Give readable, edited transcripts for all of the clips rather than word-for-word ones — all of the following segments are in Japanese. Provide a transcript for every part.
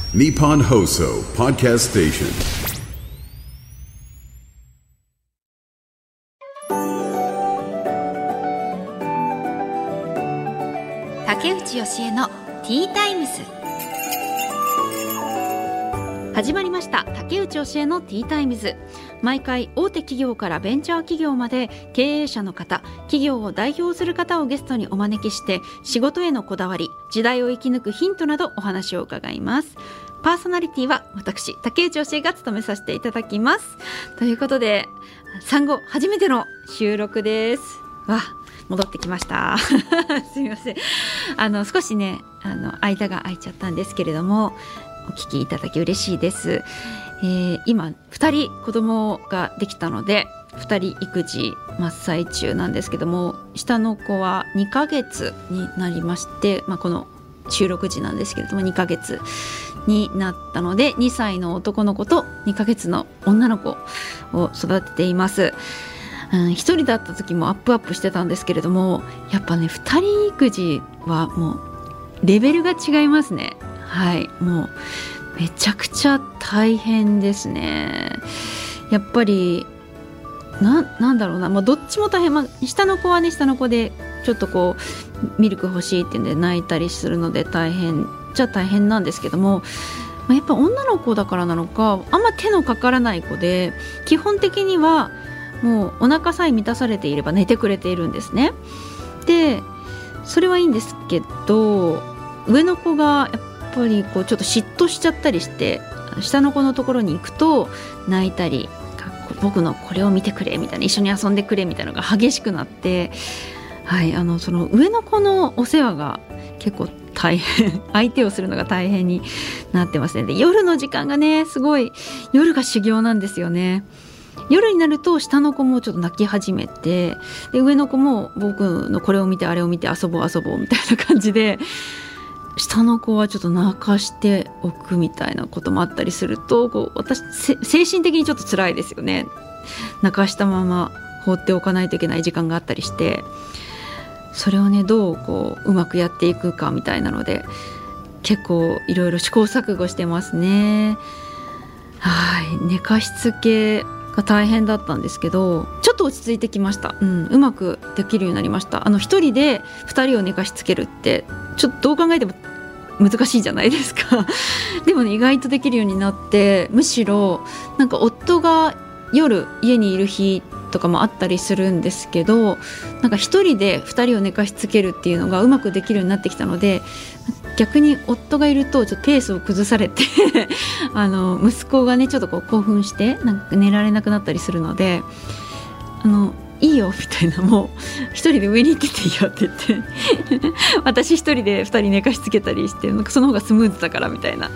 Nippon Hoso Podcast Station。 竹内義恵のティータイムズ。始まりました。竹内義恵のティータイムズ。毎回大手企業からベンチャー企業まで経営者の方、企業を代表する方をゲストにお招きして仕事へのこだわり、時代を生き抜くヒントなどお話を伺います。パーソナリティは私竹内義恵が務めさせていただきます。ということで産後初めての収録です。戻ってきましたすみません、少しね間が空いちゃったんですけれども、お聞きいただき嬉しいです。今2人子供ができたので2人育児真っ最中なんですけども、下の子は2ヶ月になりまして、この収録時なんですけれども2ヶ月になったので、2歳の男の子と2ヶ月の女の子を育てています。1人だった時もアップしてたんですけれども、やっぱね2人育児はもうレベルが違いますね。もうめちゃくちゃ大変ですね。やっぱりなんだろうな、どっちも大変、下の子はね下の子でちょっとこうミルク欲しいっていうんで泣いたりするので大変じゃ大変なんですけども、やっぱ女の子だからなのかあんま手のかからない子で、基本的にはもうお腹さえ満たされていれば寝てくれているんですね。でそれはいいんですけど、上の子がやっぱりこうちょっと嫉妬しちゃったりして、下の子のところに行くと泣いたり、僕のこれを見てくれみたいな、一緒に遊んでくれみたいなのが激しくなって、その上の子のお世話が結構大変相手をするのが大変になってますね。で夜の時間がねすごい、夜が修行なんですよね。夜になると下の子もちょっと泣き始めて、で上の子も僕のこれを見てあれを見て遊ぼうみたいな感じで、下の子はちょっと泣かしておくみたいなこともあったりすると、私精神的にちょっと辛いですよね。泣かしたまま放っておかないといけない時間があったりして、それをねどううまくやっていくかみたいなので、結構いろいろ試行錯誤してますね。寝かしつけが大変だったんですけど、ちょっと落ち着いてきました。うまくできるようになりました。一人で2人を寝かしつけるってちょっとどう考えても難しいじゃないですかでもね意外とできるようになって、むしろなんか夫が夜家にいる日とかもあったりするんですけど、なんか一人で2人を寝かしつけるっていうのがうまくできるようになってきたので、逆に夫がいるとちょっとペースを崩されて息子がねちょっと興奮してなんか寝られなくなったりするので、いいよみたいな、もう一人で上に行ってていいよって言って私一人で2人寝かしつけたりして、なんかその方がスムーズだからみたいな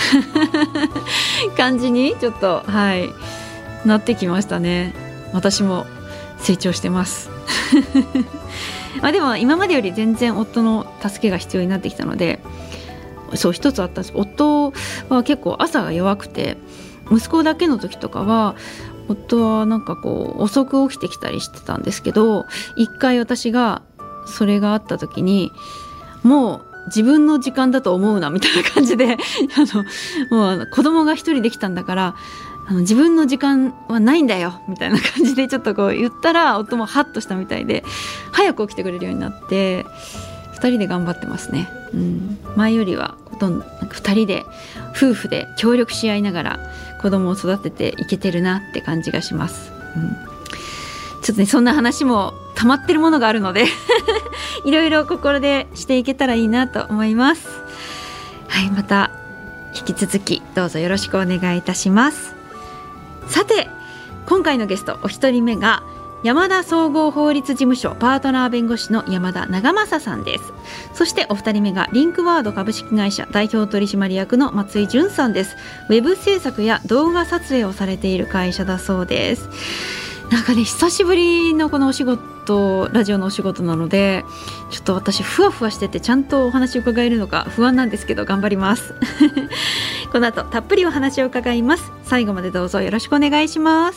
感じにちょっとなってきましたね。私も成長してますでも今までより全然夫の助けが必要になってきたので、そう一つあったんです。夫は結構朝が弱くて、息子だけの時とかは夫はなんか遅く起きてきたりしてたんですけど、一回私がそれがあった時に、もう自分の時間だと思うなみたいな感じでもう子供が一人できたんだから自分の時間はないんだよみたいな感じでちょっと言ったら、夫もハッとしたみたいで早く起きてくれるようになって、2人で頑張ってますね。前よりはどんどん2人で夫婦で協力し合いながら子供を育てていけてるなって感じがします。ちょっとねそんな話も溜まってるものがあるのでいろいろ心でしていけたらいいなと思います。また引き続きどうぞよろしくお願いいたします。さて今回のゲストお一人目が山田総合法律事務所パートナー弁護士の山田長政さんです。そしてお二人目がリンクワード株式会社代表取締役の松井淳さんです。ウェブ制作や動画撮影をされている会社だそうです。なんかね久しぶりのこのお仕事、ラジオのお仕事なのでちょっと私ふわふわしててちゃんとお話を伺えるのか不安なんですけど頑張りますこの後たっぷりお話を伺います。最後までどうぞよろしくお願いします。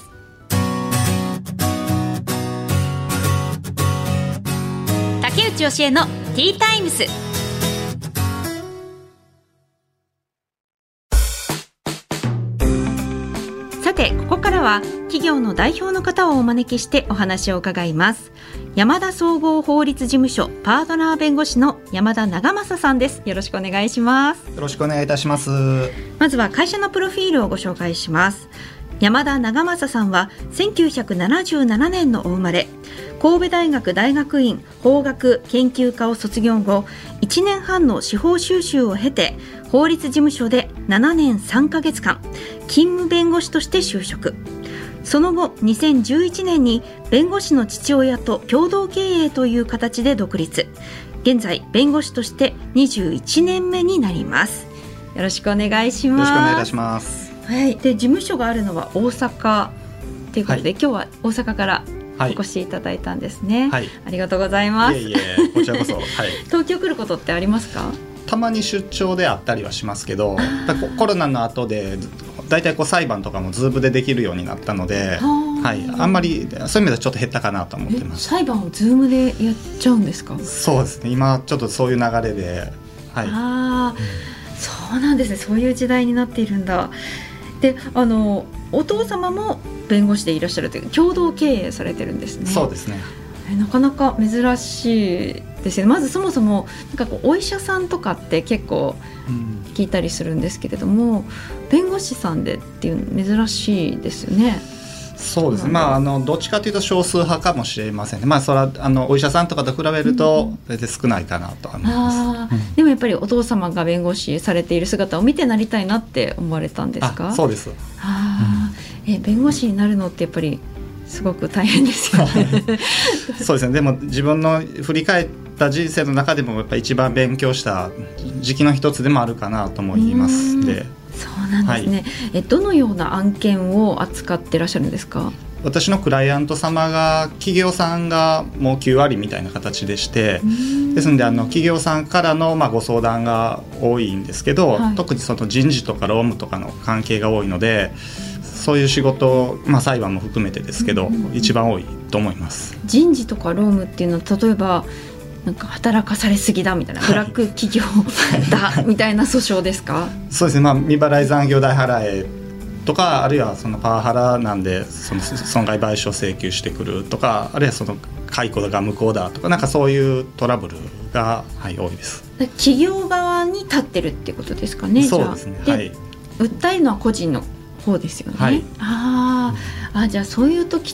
竹内義恵のティータイムス。 は企業の代表の方をお招きしてお話を伺います。山田総合法律事務所パートナー弁護士の山田長政さんです。よろしくお願いします。 よろしくお願いいたします。 まずは会社のプロフィールをご紹介します。山田長政さんは1977年のお生まれ、神戸大学大学院法学研究科を卒業後、1年半の司法修習を経て法律事務所で7年3ヶ月間勤務弁護士として就職。その後2011年に弁護士の父親と共同経営という形で独立。現在弁護士として21年目になります。よろしくお願いします。 よろしくお願いいたします。 はい、で事務所があるのは大阪ということで、今日は大阪からお越しいただいたんですね。 はい、 ありがとうございます。 いえいえ、こちらこそ、 東京来ることってありますか？ たまに出張であったりはしますけど、コロナの後でだいたい裁判とかもズームでできるようになったので、あんまりそういう意味ではちょっと減ったかなと思ってます。 裁判をズームでやっちゃうんですか？ そうですね、今ちょっとそういう流れで、 そうなんですね。そういう時代になっているんだ。で、お父様も弁護士でいらっしゃるという共同経営されてるんですね。 そうですね。 なかなか珍しいですよね。まずそもそもお医者さんとかって結構聞いたりするんですけれども、弁護士さんでっていう珍しいですよね。 そうですね、どっちかというと少数派かもしれませんね。それはお医者さんとかと比べると全然少ないかなと思います。 でもやっぱりお父様が弁護士されている姿を見てなりたいなって思われたんですか？ そうです。 弁護士になるのってやっぱりすごく大変ですよね。 そうですね。でも自分の振り返った人生の中でもやっぱり一番勉強した時期の一つでもあるかなと思います。 そうなんですね。どのような案件を扱ってらっしゃるんですか？ 私のクライアント様が企業さんがもう9割みたいな形でして、ですので企業さんからのご相談が多いんですけど、特にその人事とか労務とかの関係が多いので、そういう仕事、裁判も含めてですけど、一番多いと思います。 人事とか労務っていうのは例えば働かされすぎだみたいな、ブラック企業だみたいな訴訟ですか？ そうですね、未払い残業代払えとか、あるいはそのパワハラなんでその損害賠償請求してくるとか、あるいはその解雇が無効だとか、そういうトラブルが、多いです。 企業側に立ってるっていうことですかね？ そうですね。 で、訴えるのは個人の方ですよね。じゃあそういう時って、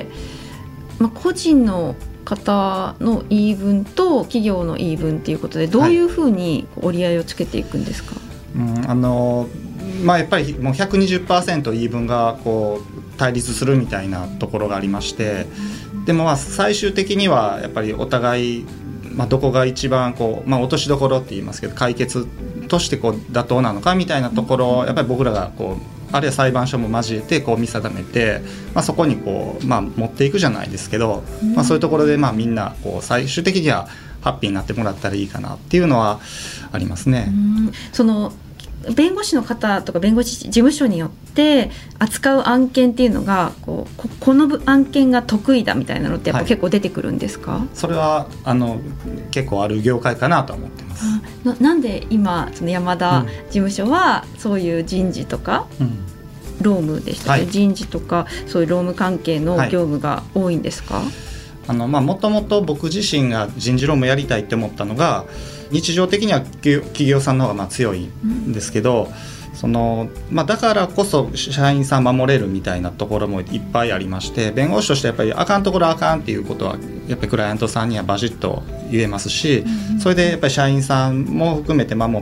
個人の方の言い分と企業の言い分ということで、どういうふうに折り合いをつけていくんですか？ やっぱりもう 120% 言い分が対立するみたいなところがありまして、でも最終的にはやっぱりお互い、どこが一番落としどころって言いますけど、解決として妥当なのかみたいなところをやっぱり僕らがあるいは裁判所も交えて見定めて、そこに持っていくじゃないですけど、そういうところでみんな最終的にはハッピーになってもらったらいいかなっていうのはありますね。 その弁護士の方とか弁護士事務所によって扱う案件っていうのがこの案件が得意だみたいなのってやっぱ結構出てくるんですか？ それは結構ある業界かなと思ってます。 なんで今その山田事務所はそういう人事とか、労務でしたり、人事とかそういう労務関係の業務が多いんですか？ もともと僕自身が人事労務やりたいって思ったのが、日常的には企業さんの方が強いんですけど、だからこそ社員さん守れるみたいなところもいっぱいありまして、弁護士としてやっぱりあかんところあかんっていうことはやっぱりクライアントさんにはバシッと言えますし、それでやっぱり社員さんも含めて守って、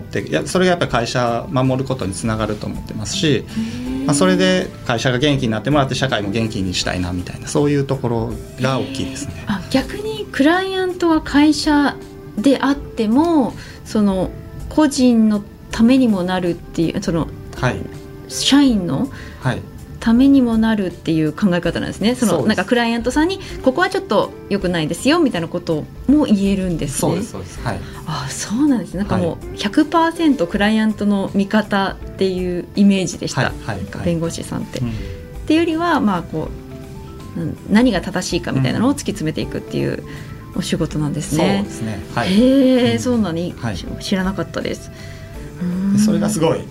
それがやっぱり会社守ることにつながると思ってますし、それで会社が元気になってもらって社会も元気にしたいなみたいな、そういうところが大きいですね。 逆にクライアントは会社であってもその個人のためにもなるっていう、社員のためにもなるっていう考え方なんですね。クライアントさんにここはちょっと良くないですよみたいなことも言えるんですね。 そうです。 そうなんです。もう 100% クライアントの味方っていうイメージでした。弁護士さんって、っていうよりは何が正しいかみたいなのを突き詰めていくっていうお仕事なんですね。 そうですね。 そうなのに、知らなかったです。 それがすごい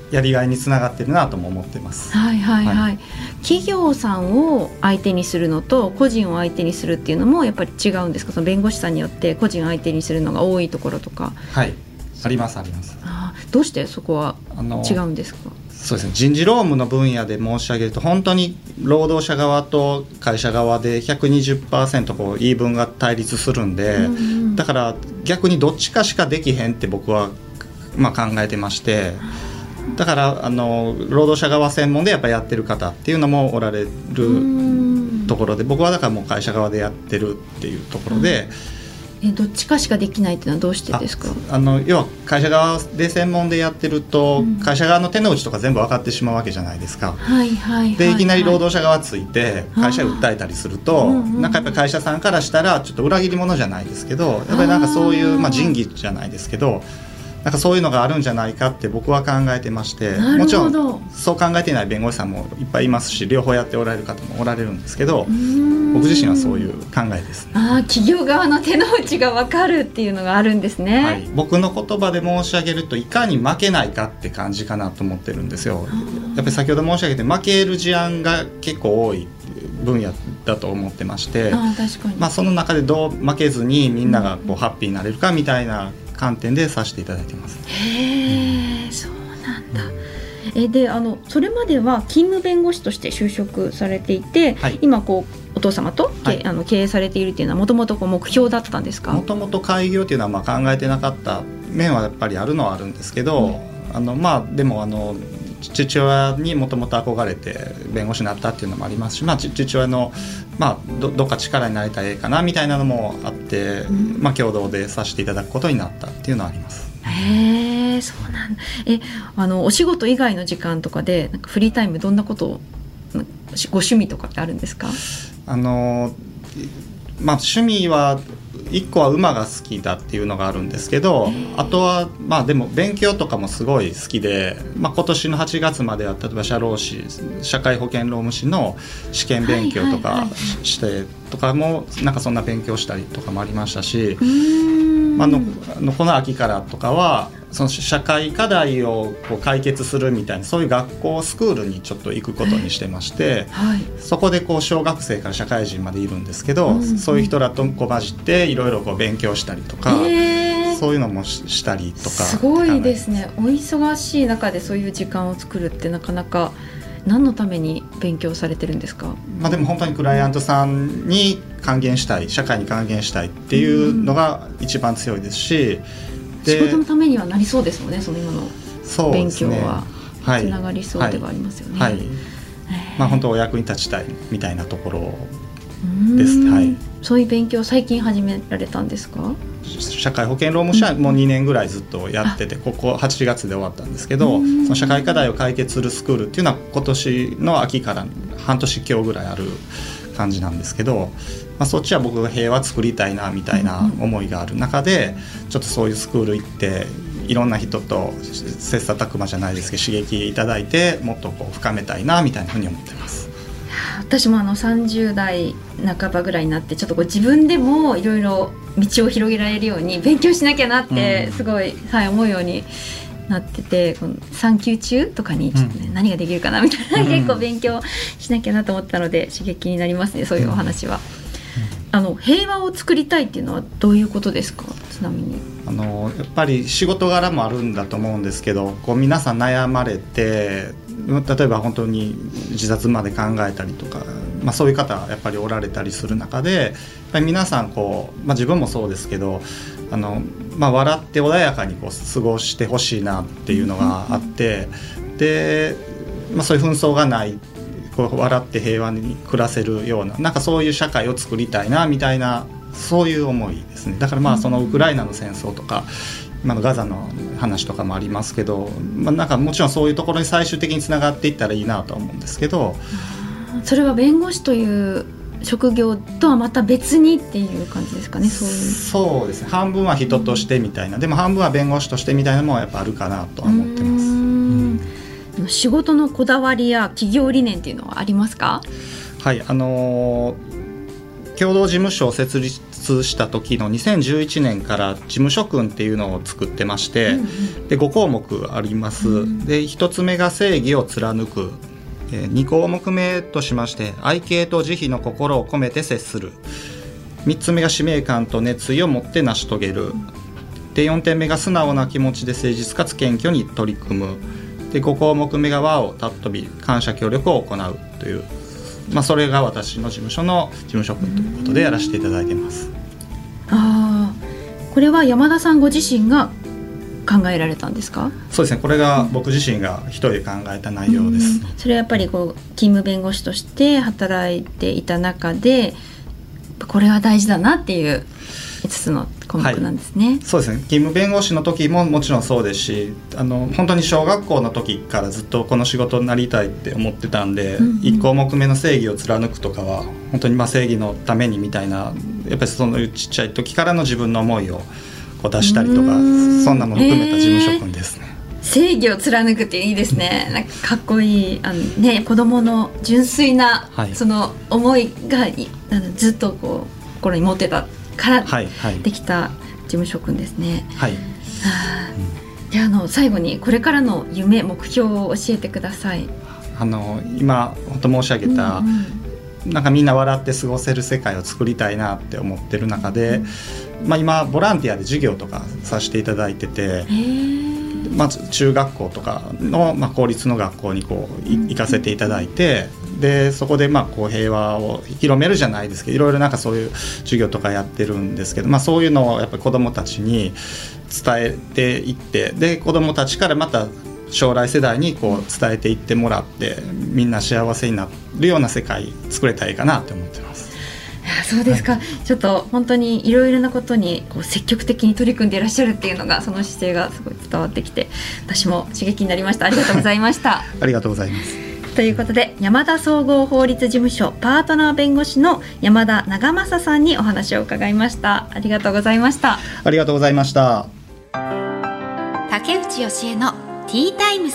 やりがいにつながってるなとも思ってます。 はいはいはい。企業さんを相手にするのと個人を相手にするっていうのもやっぱり違うんですか？その弁護士さんによって個人を相手にするのが多いところとか。 はい、ありますあります。 どうしてそこは違うんですか？ そうですね、人事労務の分野で申し上げると本当に労働者側と会社側で 120% こう言い分が対立するんで、だから逆にどっちかしかできへんって僕は考えてまして、だから労働者側専門でやっぱりやってる方っていうのもおられるところで、僕はだからもう会社側でやってるっていうところで、 どっちかしかできないっていうのはどうしてですか？ 要は会社側で専門でやってると、会社側の手の内とか全部分かってしまうわけじゃないですか。でいきなり労働者側ついて会社を訴えたりすると、なんかやっぱり会社さんからしたらちょっと裏切り者じゃないですけど、やっぱりなんかそういう、仁義じゃないですけど、なんかそういうのがあるんじゃないかって僕は考えてまして、もちろんそう考えていない弁護士さんもいっぱいいますし、両方やっておられる方もおられるんですけど、僕自身はそういう考えですね。 企業側の手の内が分かるっていうのがあるんですね。 はい、僕の言葉で申し上げると、いかに負けないかって感じかなと思ってるんですよ。やっぱり先ほど申し上げて負ける事案が結構多い分野だと思ってまして、 確かに。 その中でどう負けずにみんながこうハッピーになれるかみたいな観点でさせていただいてます。 へー、そうなんだ。でそれまでは勤務弁護士として就職されていて、今こうお父様と経営されているというのはもともと目標だったんですか？もともと開業というのは考えてなかった面はやっぱりあるのはあるんですけど、でも父親にもともと憧れて弁護士になったっていうのもありますし、父親の、どっか力になれたらええかなみたいなのもあって、共同でさせていただくことになったっていうのはあります。 へー、そうなんだ。お仕事以外の時間とかでなんかフリータイムどんなことをご趣味とかってあるんですか？ 趣味は1個は馬が好きだっていうのがあるんですけど、あとはでも勉強とかもすごい好きで、今年の8月までは例えば社労士、社会保険労務士の試験勉強とかしてとかもなんかそんな勉強したりとかもありましたし、この秋からとかはその社会課題をこう解決するみたいな、そういう学校スクールにちょっと行くことにしてまして、そこでこう小学生から社会人までいるんですけど、そういう人らとこう混じっていろいろこう勉強したりとか、そういうのもしたりとか。 すごいですね。お忙しい中でそういう時間を作るってなかなか。何のために勉強されてるんですか？ でも本当にクライアントさんに還元したい、社会に還元したいっていうのが一番強いですし、 仕事のためにはなりそうですもんね。その今の勉強はつながりそうではありますよね。本当お役に立ちたいみたいなところです。そういう勉強最近始められたんですか？ 社会保険労務士はもう2年ぐらいずっとやってて、ここ8月で終わったんですけど、その社会課題を解決するスクールっていうのは今年の秋から半年強ぐらいある感じなんですけど、そっちは僕が平和作りたいなみたいな思いがある中で、ちょっとそういうスクール行っていろんな人と切磋琢磨じゃないですけど刺激いただいて、もっとこう深めたいなみたいなふうに思ってます。 私も30代半ばぐらいになって、ちょっとこう自分でもいろいろ道を広げられるように勉強しなきゃなってすごい、思うようになってて、この産休中とかにちょっと、何ができるかなみたいな、結構勉強しなきゃなと思ったので刺激になりますね、そういうお話は。平和を作りたいっていうのはどういうことですか？ちなみにやっぱり仕事柄もあるんだと思うんですけど、こう皆さん悩まれて、例えば本当に自殺まで考えたりとか、そういう方やっぱりおられたりする中で、やっぱり皆さんこう、自分もそうですけど、笑って穏やかにこう過ごしてほしいなっていうのがあって、で、そういう紛争がない、こう笑って平和に暮らせるような、なんかそういう社会を作りたいなみたいな、そういう思いですね。だからそのウクライナの戦争とか今のガザの話とかもありますけど、なんかもちろんそういうところに最終的につながっていったらいいなとは思うんですけど、 それは弁護士という職業とはまた別にっていう感じですかね。 そうですね。半分は人としてみたいな、でも半分は弁護士としてみたいなのもやっぱあるかなとは思ってます。 仕事のこだわりや企業理念っていうのはありますか？ はい、共同事務所を設立立した時の2011年から事務所訓っていうのを作ってまして、で5項目あります。で1つ目が正義を貫く、2項目目としまして愛敬と慈悲の心を込めて接する、3つ目が使命感と熱意を持って成し遂げる、で4点目が素直な気持ちで誠実かつ謙虚に取り組む、で5項目目が和を尊び感謝協力を行うという、それが私の事務所の事務所訓ということでやらせていただいています。 これは山田さんご自身が考えられたんですか？ そうですね、これが僕自身が一人で考えた内容です。 それはやっぱり勤務弁護士として働いていた中でこれは大事だなっていう5つの項目なんですね。 そうですね、勤務弁護士の時ももちろんそうですし、本当に小学校の時からずっとこの仕事になりたいって思ってたんで、1項目目の正義を貫くとかは本当に正義のためにみたいな、やっぱりそのちっちゃい時からの自分の思いを出したりとか、そんなの含めた事務所訓ですね。 正義を貫くっていいですね。なんかかっこいい子供の純粋なその思いがずっと心に持ってたからできた事務所訓ですね。じゃあ最後にこれからの夢目標を教えてください。 今本当申し上げた、なんかみんな笑って過ごせる世界を作りたいなって思ってる中で、今ボランティアで授業とかさせていただいてて、まず中学校とかの、公立の学校に行かせていただいて、でそこで平和を広めるじゃないですけど、いろいろなんかそういう授業とかやってるんですけど、そういうのをやっぱり子どもたちに伝えていって、で子どもたちからまた将来世代に伝えていってもらって、みんな幸せになるような世界作れたらいいかなと思ってます。 そうですか、ちょっと本当にいろいろなことに積極的に取り組んでいらっしゃるっていうのが、その姿勢がすごい伝わってきて、私も刺激になりました。ありがとうございましたありがとうございます。 ということで、山田総合法律事務所パートナー弁護士の山田長政さんにお話を伺いました。ありがとうございました。 ありがとうございました。 竹内義恵のティータイムズ。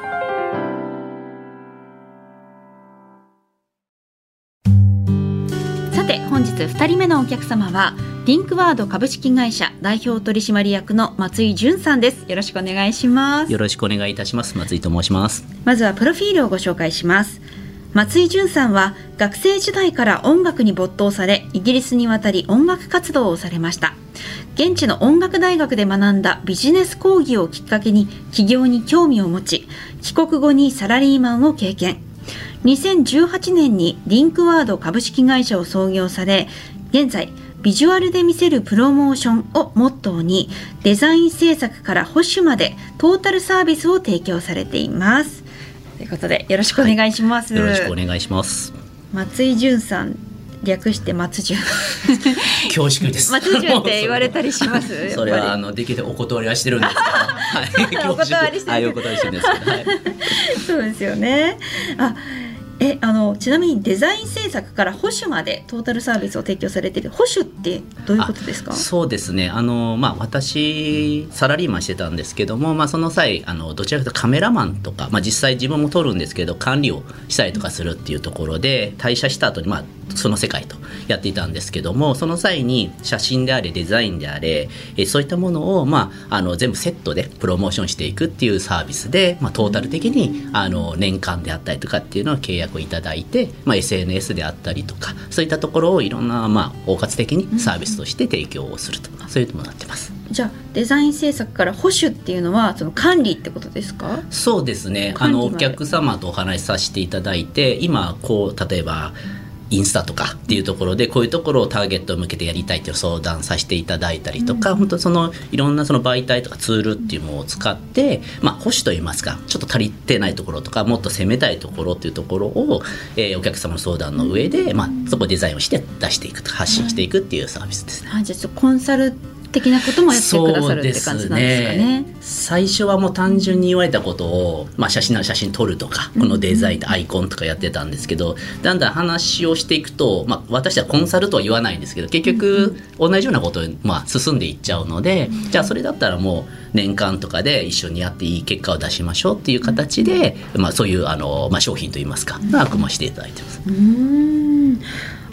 さて本日2人目のお客様はリンクワード株式会社代表取締役の松井淳さんです。よろしくお願いします。 よろしくお願いいたします。松井と申します。 まずはプロフィールをご紹介します。松井淳さんは学生時代から音楽に没頭され、イギリスに渡り音楽活動をされました。現地の音楽大学で学んだビジネス講義をきっかけに起業に興味を持ち、帰国後にサラリーマンを経験。2018年にリンクワード株式会社を創業され、現在ビジュアルで見せるプロモーションをモットーに、デザイン制作から保守までトータルサービスを提供されています。ということでよろしくお願いします。 よろしくお願いします。 松井淳さん、略して松潤恐縮です。 松潤って言われたりします？ それはできるお断りはしてるんですが、 お断りしてる。 お断りしてるんですけど、 そうですよね。ちなみにデザイン制作から保守までトータルサービスを提供されている。保守ってどういうことですか？ そうですね、私サラリーマンしてたんですけども、その際どちらかというとカメラマンとか、実際自分も撮るんですけど管理をしたりとかするっていうところで、退社した後にその世界とやっていたんですけども、その際に写真であれデザインであれ、そういったものを、全部セットでプロモーションしていくっていうサービスで、トータル的に年間であったりとかっていうのを契約をいただいて、SNS であったりとかそういったところをいろんな、包括的にサービスとして提供をすると、そういうのもなってます。 じゃあデザイン制作から保守っていうのはその管理ってことですか？ そうですね、お客様とお話しさせていただいて、今例えばインスタとかっていうところでこういうところをターゲットを向けてやりたいという相談させていただいたりとか、本当いろんな媒体とかツールっていうものを使って、保守といいますか、ちょっと足りてないところとかもっと攻めたいところっていうところを、お客様の相談の上で、そこをデザインをして出していくと、発信していくっていうサービスですね。 じゃあコンサル的なこともやってくださるって感じなんですかね。 最初はもう単純に言われたことを、写真撮るとか、このデザインとアイコンとかやってたんですけど、だんだん話をしていくと、私はコンサルとは言わないんですけど、結局同じようなことに、進んでいっちゃうので、じゃあそれだったらもう年間とかで一緒にやっていい結果を出しましょうっていう形で、そういう商品といいますか、組ましていただいてます。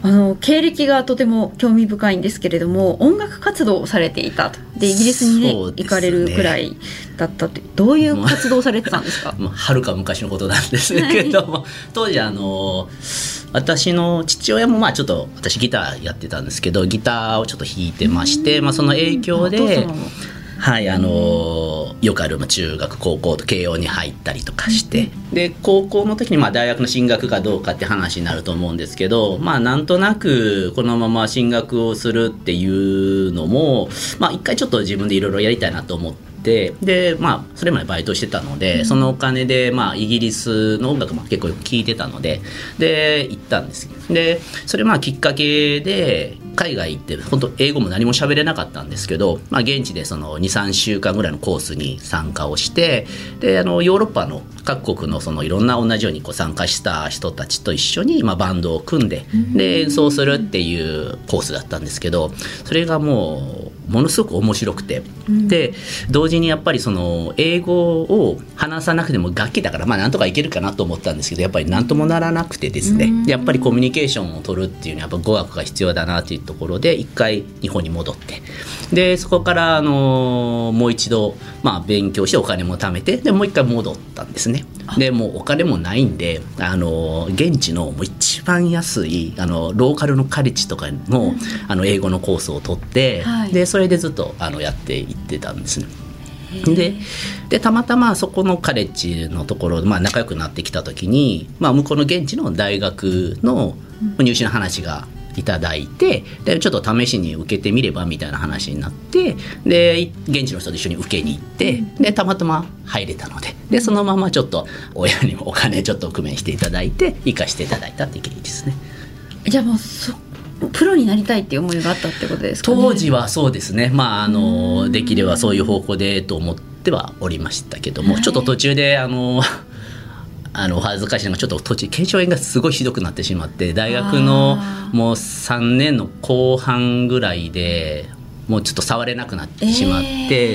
経歴がとても興味深いんですけれども、音楽活動をされていたと。でイギリスに、ね行かれるくらいだったって、どういう活動をされてたんですか？ はるか昔のことなんですけども、当時私の父親もちょっと私ギターやってたんですけど、ギターをちょっと弾いてまして、その影響でよくある中学高校と慶応に入ったりとかして、で高校の時に大学の進学かどうかって話になると思うんですけど、なんとなくこのまま進学をするっていうのも一回ちょっと自分でいろいろやりたいなと思って、でそれまでバイトしてたので、そのお金でイギリスの音楽も結構よく聴いてたので行ったんですよ。でそれきっかけで海外行って本当英語も何も喋れなかったんですけど、現地でその 2,3 週間ぐらいのコースに参加をして、でヨーロッパの各国のそのいろんな同じように参加した人たちと一緒にバンドを組んで、で演奏するっていうコースだったんですけど、それがものすごく面白くて、で同時にやっぱりその英語を話さなくても楽器だからなんとかいけるかなと思ったんですけど、やっぱりなんともならなくてですね、やっぱりコミュニケーションを取るっていうのはやっぱ語学が必要だなっていうところで一回日本に戻って、でそこからもう一度勉強してお金も貯めて、でもう一回戻ったんですね。でもうお金もないんで現地のもう一番安いローカルのカレッジとかの英語のコースを取って、でそれでずっとやっていってたんですね。でたまたまそこのカレッジのところで仲良くなってきた時に、向こうの現地の大学の入試の話がいただいて、でちょっと試しに受けてみればみたいな話になって、で現地の人と一緒に受けに行って、でたまたま入れたので、でそのままちょっと親にもお金ちょっと工面していただいて行かせていただいたっていう経緯ですね。 じゃあもうプロになりたいっていう思いがあったってことですかね？ 当時はそうですね、できればそういう方向でと思ってはおりましたけども、ちょっと途中でお恥ずかしいのがちょっと途中腱鞘炎がすごいひどくなってしまって、大学のもう3年の後半ぐらいでもうちょっと触れなくなってしまって、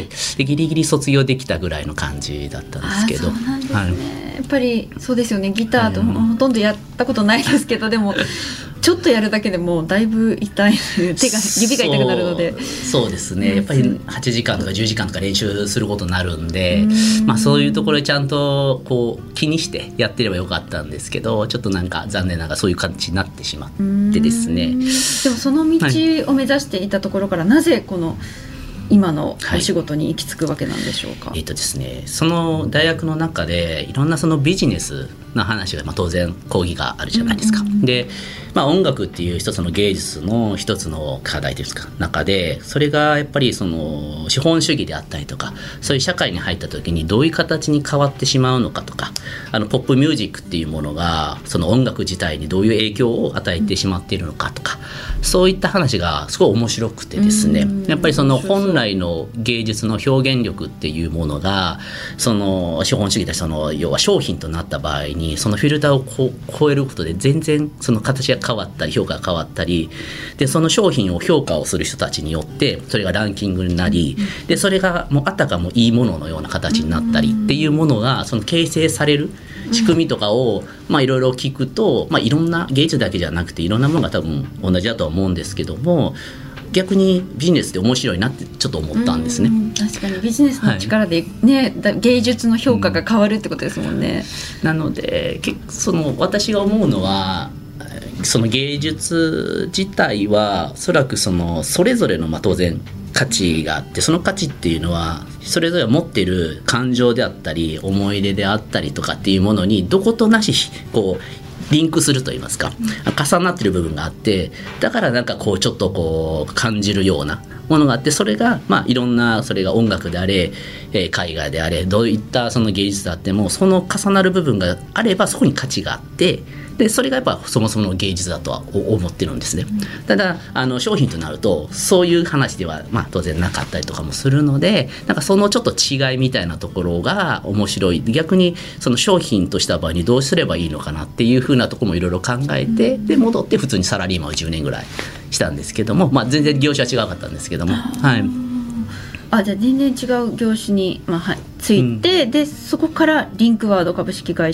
でギリギリ卒業できたぐらいの感じだったんですけど。 そうなんですね。やっぱりそうですよね。ギターとほとんどやったことないですけど、でもちょっとやるだけでもだいぶ痛い指が痛くなるので。 そうですね、やっぱり8時間とか10時間とか練習することになるんで、そういうところでちゃんと気にしてやってればよかったんですけど、ちょっと残念ながらそういう感じになってしまってですね。でもその道を目指していたところから、なぜこの今のお仕事に行き着くわけなんでしょうか？ ですね、その大学の中でいろんなそのビジネスの話が当然講義があるじゃないですか。で、音楽っていう一つの芸術の一つの課題というか中で、それがやっぱりその資本主義であったりとか、そういう社会に入った時にどういう形に変わってしまうのかとか、ポップミュージックっていうものがその音楽自体にどういう影響を与えてしまっているのかとか、そういった話がすごい面白くてですね、やっぱりその本来の芸術の表現力っていうものがその資本主義で要は商品となった場合に、そのフィルターを超えることで全然その形が変わったり評価が変わったりで、その商品を評価をする人たちによってそれがランキングになり、でそれがもうあたかもいいもののような形になったりっていうものがその形成される仕組みとかをいろいろ聞くと、いろんな芸術だけじゃなくていろんなものが多分同じだとは思うんですけども、逆にビジネスって面白いなってちょっと思ったんですね。 確かにビジネスの力で、芸術の評価が変わるってことですもんね。 なので私が思うのは、その芸術自体はおそらくそれぞれの当然価値があって、その価値っていうのはそれぞれ持っている感情であったり思い出であったりとかっていうものにどことなしリンクするといいますか、重なってる部分があって、だからちょっと感じるようなものがあって、それがいろんな、それが音楽であれ、絵画であれ、どういったその芸術であっても、その重なる部分があればそこに価値があって、でそれがやっぱそもそもの芸術だとは思ってるんですね。ただ商品となるとそういう話では当然なかったりとかもするので、そのちょっと違いみたいなところが面白い。逆にその商品とした場合にどうすればいいのかなっていう風なところもいろいろ考えて、で戻って普通にサラリーマンを10年ぐらいしたんですけども、全然業種は違かったんですけども、じゃあ全然違う業種に、ついて、でそこからリンクワード株式会社っ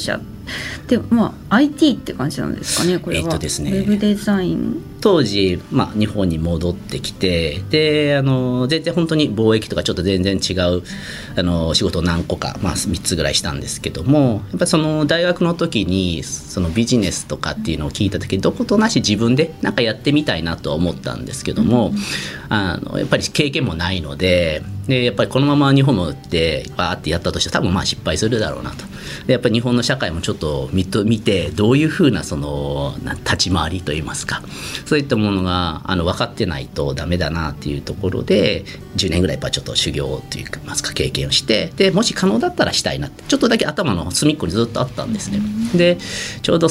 でIT って感じなんですかねこれは。 ですね、 ウェブデザイン当時、日本に戻ってきて、で全然本当に貿易とかちょっと全然違う仕事を何個か、3つぐらいしたんですけども、やっぱりその大学の時にそのビジネスとかっていうのを聞いた時にどことなし自分でなんかやってみたいなとは思ったんですけども、やっぱり経験もないので、やっぱりこのまま日本でバーってやったとして多分失敗するだろうなと。でやっぱり日本の社会もちょっと見てどういうふうなその立ち回りといいますか、そういったものが分かってないとダメだなっていうところで10年ぐらいやっぱちょっと修行というか経験をして、でもし可能だったらしたいなってちょっとだけ頭の隅っこにずっとあったんですね。でちょうど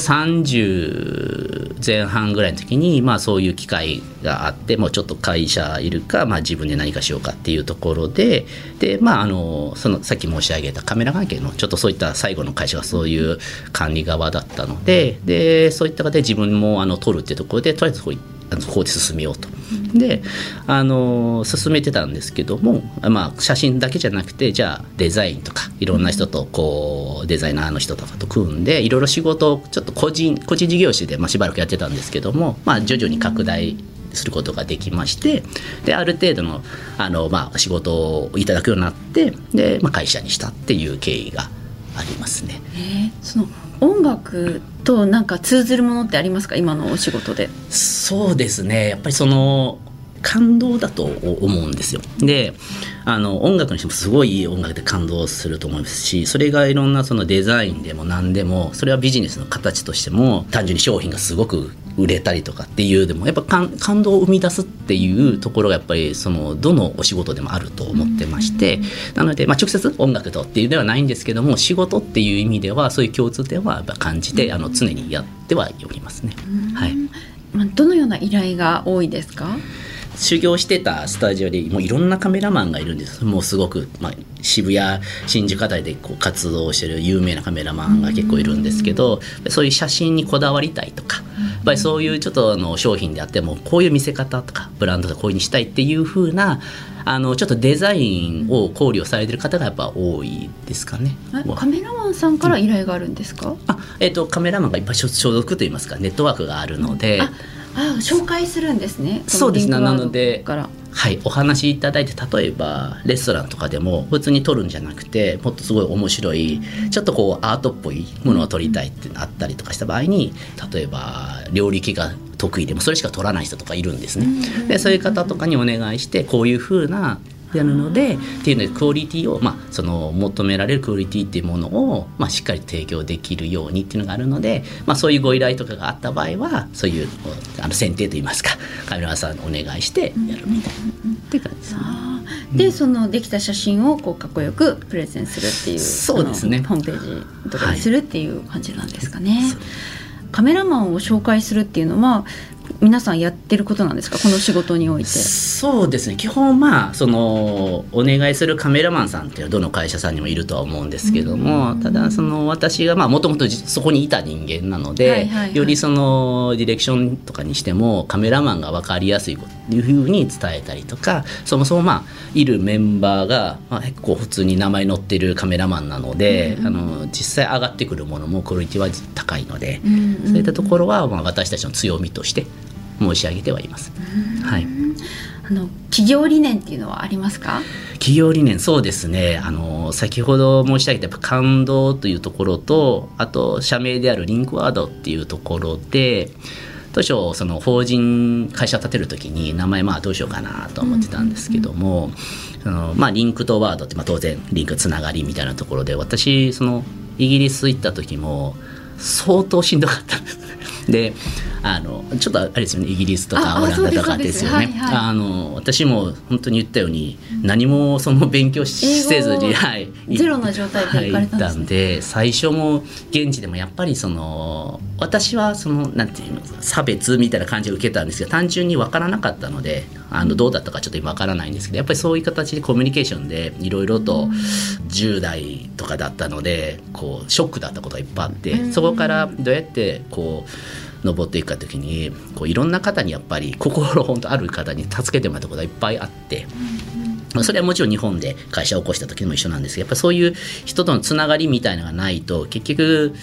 30前半ぐらいの時にそういう機会があって、もうちょっと会社いるか、自分で何かしようかっていうところでそのさっき申し上げたカメラ関係のちょっとそういった最後の会社がそういう管理側だったので、そういった形で自分も取るっていうところでとりあえずこうで進めようと。で進めてたんですけども、写真だけじゃなくてじゃあデザインとかいろんな人とデザイナーの人とかと組んでいろいろ仕事をちょっと個人事業主でしばらくやってたんですけども、徐々に拡大することができまして、である程度の仕事をいただくようになって、で、会社にしたっていう経緯がありますね。 その音楽となんか通ずるものってありますか今のお仕事で。 そうですね、やっぱりその感動だと思うんですよ。で音楽にしてもすごいいい音楽で感動すると思いますし、それがいろんなそのデザインでも何でも、それはビジネスの形としても単純に商品がすごく売れたりとかっていうでもやっぱ感動を生み出すっていうところがやっぱりそのどのお仕事でもあると思ってまして、なので直接音楽とっていうではないんですけども、仕事っていう意味ではそういう共通点はやっぱ感じて常にやってはおりますね。はい。 どのような依頼が多いですか？ 修行してたスタジオでもういろんなカメラマンがいるんです。もうすごく、渋谷新宿あたりで活動してる有名なカメラマンが結構いるんですけど、そういう写真にこだわりたいとか、やっぱりそういうちょっと商品であってもこういう見せ方とかブランドでこういうにしたいっていう風なちょっとデザインを考慮されてる方がやっぱ多いですかね。 カメラマンさんから依頼があるんですか？ カメラマンがいっぱい所属といいますかネットワークがあるので、 紹介するんですね。 そうですね。なのでお話いただいて、例えばレストランとかでも普通に撮るんじゃなくてもっとすごい面白いちょっとアートっぽいものを撮りたいってあったりとかした場合に、例えば料理系が得意でもそれしか撮らない人とかいるんですね。でそういう方とかにお願いしてこういう風なやるのでっていうのでクオリティを、その求められるクオリティっていうものを、しっかり提供できるようにっていうのがあるので、そういうご依頼とかがあった場合はそういう選定といいますかカメラマンさんお願いしてやるみたいなっていう感じですね。 でそのできた写真をかっこよくプレゼンするっていう、 そうですね、 ホームページとかにするっていう感じなんですかね。カメラマンを紹介するっていうのは皆さんやってることなんですか、この仕事において。 そうですね、基本そのお願いするカメラマンさんっていうのはどの会社さんにもいるとは思うんですけども、ただその私がもともとそこにいた人間なので、よりそのディレクションとかにしてもカメラマンが分かりやすいというふうに伝えたりとか、そもそもいるメンバーが結構普通に名前載ってるカメラマンなので、実際上がってくるものもクオリティは高いので、そういったところは私たちの強みとして申し上げてはいます。はい。 企業理念っていうのはありますか？ 企業理念、そうですね、先ほど申し上げたやっぱ感動というところと、あと社名であるリンクワードっていうところで、当初その法人会社を立てるときに名前どうしようかなと思ってたんですけども、リンクとワードって当然リンクつながりみたいなところで、私そのイギリス行った時も相当しんどかったんです。でちょっとあれですよね、イギリスとかオランダとかですよね。私も本当に言ったように何もその勉強せずに、 ゼロの状態で行かれたんですね。 行ったんで、最初も現地でもやっぱり私はなんていうの差別みたいな感じを受けたんですけど、単純に分からなかったのでどうだったかちょっと今分からないんですけど、やっぱりそういう形でコミュニケーションでいろいろと10代とかだったのでショックだったことがいっぱいあって、そこからどうやって登っていくかときにいろんな方にやっぱり心本当ある方に助けてもらったことがいっぱいあって、それはもちろん日本で会社を起こした時も一緒なんですけど、やっぱりそういう人とのつながりみたいなのがないと結局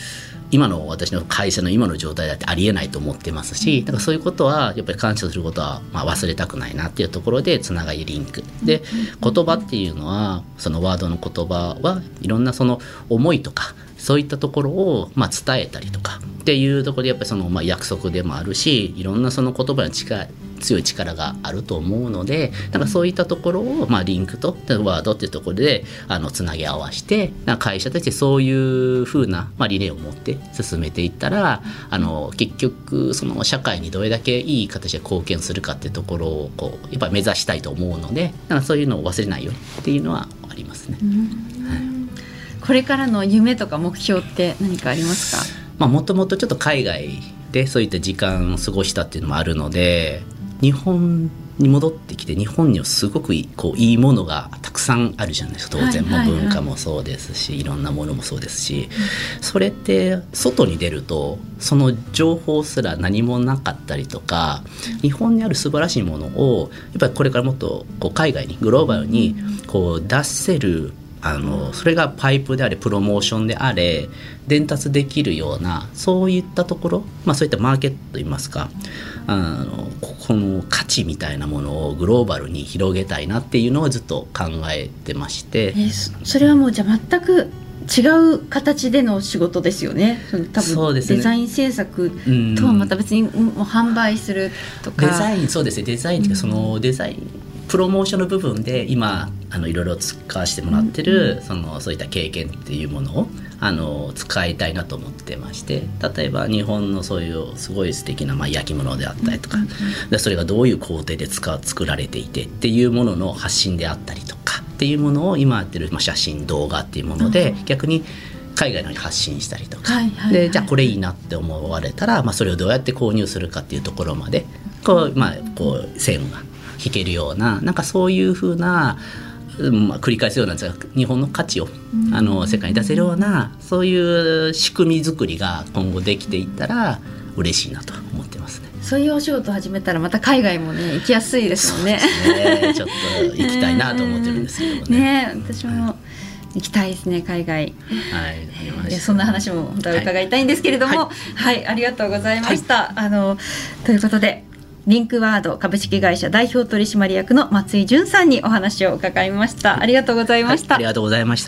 今の私の会社の今の状態だってありえないと思ってますし、だからそういうことはやっぱり感謝することは忘れたくないなっていうところでつながりリンクで、言葉っていうのはそのワードの言葉はいろんなその思いとかそういったところを伝えたりとかっていうところでやっぱりその約束でもあるし、いろんなその言葉に強い力があると思うので、なんかそういったところをリンクとワードっていうところでつなぎ合わせて、会社としてそういう風な理念を持って進めていったら結局その社会にどれだけいい形で貢献するかっていうところをやっぱり目指したいと思うので、なんかそういうのを忘れないようにっていうのはありますね。 これからの夢とか目標って何かありますか？ もともとちょっと海外でそういった時間を過ごしたっていうのもあるので、日本に戻ってきて日本にはすごくいいものがたくさんあるじゃないですか。当然、文化もそうですし、いろんなものもそうですし、それって外に出るとその情報すら何もなかったりとか、日本にある素晴らしいものをやっぱりこれからもっと海外にグローバルに出せる、それがパイプであれプロモーションであれ伝達できるようなそういったところ、そういったマーケットといいますか、この価値みたいなものをグローバルに広げたいなっていうのをずっと考えてまして、 それはもうじゃあ全く違う形での仕事ですよね。多分デザイン制作とはまた別にもう販売するとか、 そうですね、デザインっていうかそのデザインプロモーションの部分で今いろいろ使わせてもらってる、そういった経験っていうものを使いたいなと思ってまして、例えば日本のそういうすごい素敵な焼き物であったりとか、でそれがどういう工程で作られていてっていうものの発信であったりとかっていうものを今やってる写真動画っていうもので逆に海外のに発信したりとか、でじゃあこれいいなって思われたら、それをどうやって購入するかっていうところまで線が引けるような、なんかそういう風な、繰り返すようなんですが日本の価値を世界に出せるようなそういう仕組み作りが今後できていったら嬉しいなと思ってますね。 そういうお仕事を始めたらまた海外もね行きやすいですもんね。 そうですね、ちょっと行きたいなと思ってるんですけどね。 私も行きたいですね、海外。 そんな話も本当は伺いたいんですけれども、ありがとうございました。ということでリンクワード株式会社代表取締役の松井淳さんにお話を伺いました。ありがとうございました。 ありがとうございました。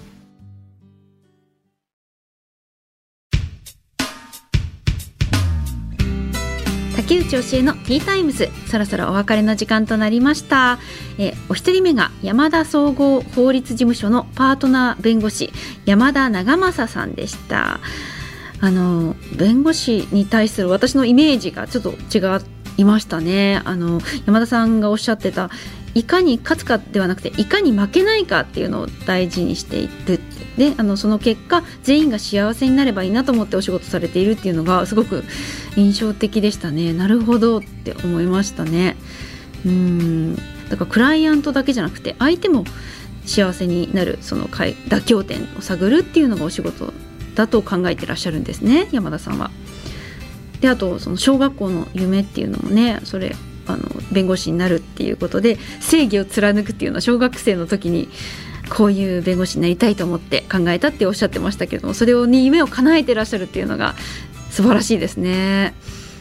竹内教えのティータイムズ、そろそろお別れの時間となりました。お一人目が山田総合法律事務所のパートナー弁護士山田長政さんでした。弁護士に対する私のイメージがちょっと違いましたね。山田さんがおっしゃってたいかに勝つかではなくていかに負けないかっていうのを大事にしている。でその結果全員が幸せになればいいなと思ってお仕事されているっていうのがすごく印象的でしたね。なるほどって思いましたね。だからクライアントだけじゃなくて相手も幸せになるその妥協点を探るっていうのがお仕事だと考えてらっしゃるんですね、山田さんは。であとその小学校の夢っていうのもね、それ弁護士になるっていうことで正義を貫くっていうのは小学生の時にこういう弁護士になりたいと思って考えたっておっしゃってましたけども、それを夢を叶えてらっしゃるっていうのが素晴らしいですね。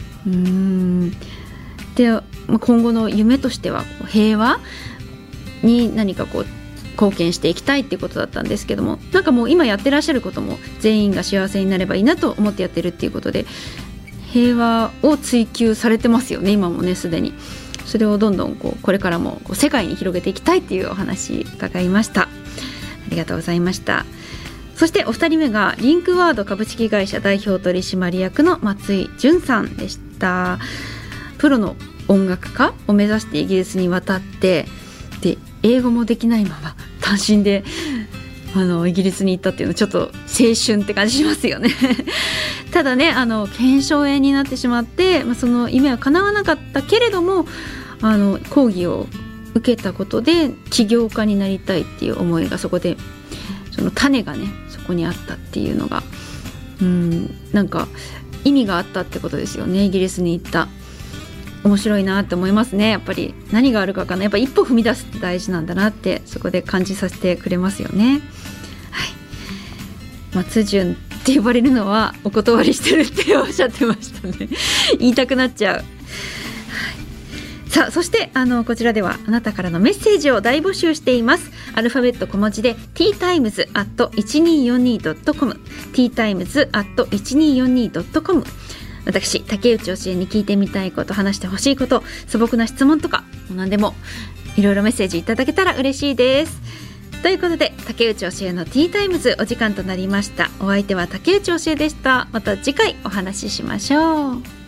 で今後の夢としては平和に何か貢献していきたいっていうことだったんですけども、なんかもう今やってらっしゃることも全員が幸せになればいいなと思ってやってるっていうことで平和を追求されてますよね、今もねすでに。それをどんどんこれからも世界に広げていきたいっていうお話伺いました。ありがとうございました。そしてお二人目がリンクワード株式会社代表取締役の松井淳さんでした。プロの音楽家を目指してイギリスに渡ってで英語もできないまま単身でイギリスに行ったっていうのはちょっと青春って感じしますよねただね腱鞘炎になってしまって、その夢は叶わなかったけれども講義を受けたことで起業家になりたいっていう思いがそこでその種がねそこにあったっていうのがなんか意味があったってことですよね。イギリスに行った面白いなって思いますね。やっぱり何があるか分かんない、やっぱ一歩踏み出すって大事なんだなってそこで感じさせてくれますよね。松潤って呼ばれるのはお断りしてるっておっしゃってましたね言いたくなっちゃう。さあ、そしてこちらではあなたからのメッセージを大募集しています。アルファベット小文字で teatimes@1242.com teatimes@1242.com。 私竹内教えに聞いてみたいこと、話してほしいこと、素朴な質問とか何でもいろいろメッセージいただけたら嬉しいです。ということで竹内教えのティータイムズお時間となりました。お相手は竹内教えでした。また次回お話ししましょう。